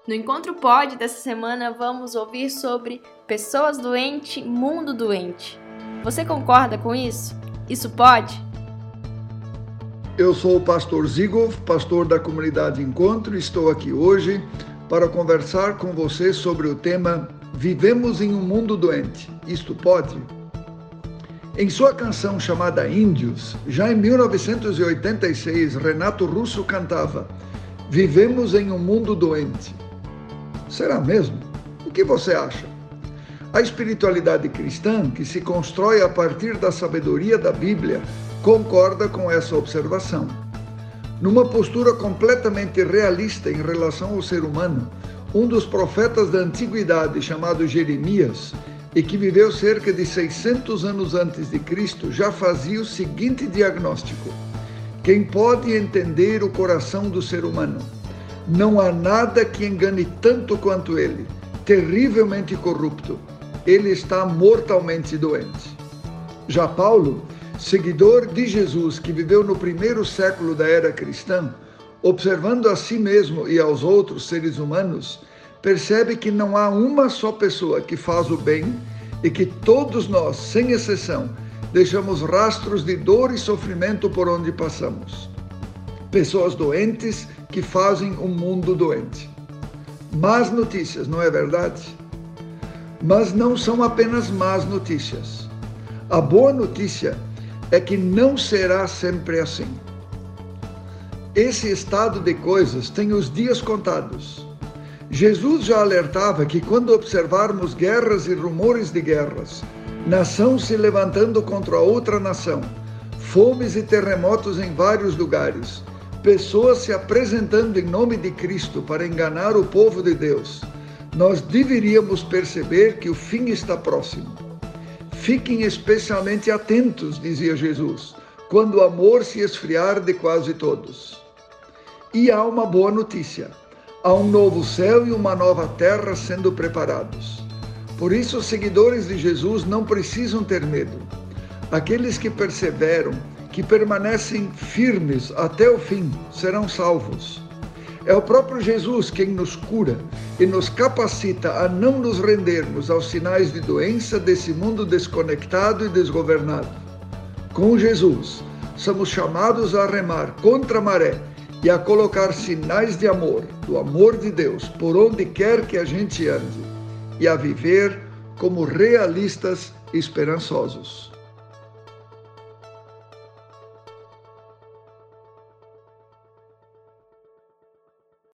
No Encontro Pod dessa semana vamos ouvir sobre pessoas doentes, mundo doente. Você concorda com isso? Isso pode? Eu sou o pastor Zigolf, pastor da comunidade Encontro, e estou aqui hoje para conversar com você sobre o tema Vivemos em um mundo doente. Isto pode? Em sua canção chamada Índios, já em 1986, Renato Russo cantava: Vivemos em um mundo doente. Será mesmo? O que você acha? A espiritualidade cristã, que se constrói a partir da sabedoria da Bíblia, concorda com essa observação. Numa postura completamente realista em relação ao ser humano, um dos profetas da antiguidade, chamado Jeremias, e que viveu cerca de 600 anos antes de Cristo, já fazia o seguinte diagnóstico: quem pode entender o coração do ser humano? Não há nada que engane tanto quanto ele, terrivelmente corrupto. Ele está mortalmente doente. Já Paulo, seguidor de Jesus, que viveu no primeiro século da era cristã, observando a si mesmo e aos outros seres humanos, percebe que não há uma só pessoa que faz o bem e que todos nós, sem exceção, deixamos rastros de dor e sofrimento por onde passamos. Pessoas doentes que fazem um mundo doente. Más notícias, não é verdade? Mas não são apenas más notícias. A boa notícia é que não será sempre assim. Esse estado de coisas tem os dias contados. Jesus já alertava que quando observarmos guerras e rumores de guerras, nação se levantando contra outra nação, fomes e terremotos em vários lugares, pessoas se apresentando em nome de Cristo para enganar o povo de Deus, nós deveríamos perceber que o fim está próximo. Fiquem especialmente atentos, dizia Jesus, quando o amor se esfriar de quase todos. E há uma boa notícia. Há um novo céu e uma nova terra sendo preparados. Por isso, os seguidores de Jesus não precisam ter medo. Aqueles que perseveram, que permanecem firmes até o fim, serão salvos. É o próprio Jesus quem nos cura e nos capacita a não nos rendermos aos sinais de doença desse mundo desconectado e desgovernado. Com Jesus, somos chamados a remar contra a maré e a colocar sinais de amor, do amor de Deus, por onde quer que a gente ande, e a viver como realistas e esperançosos.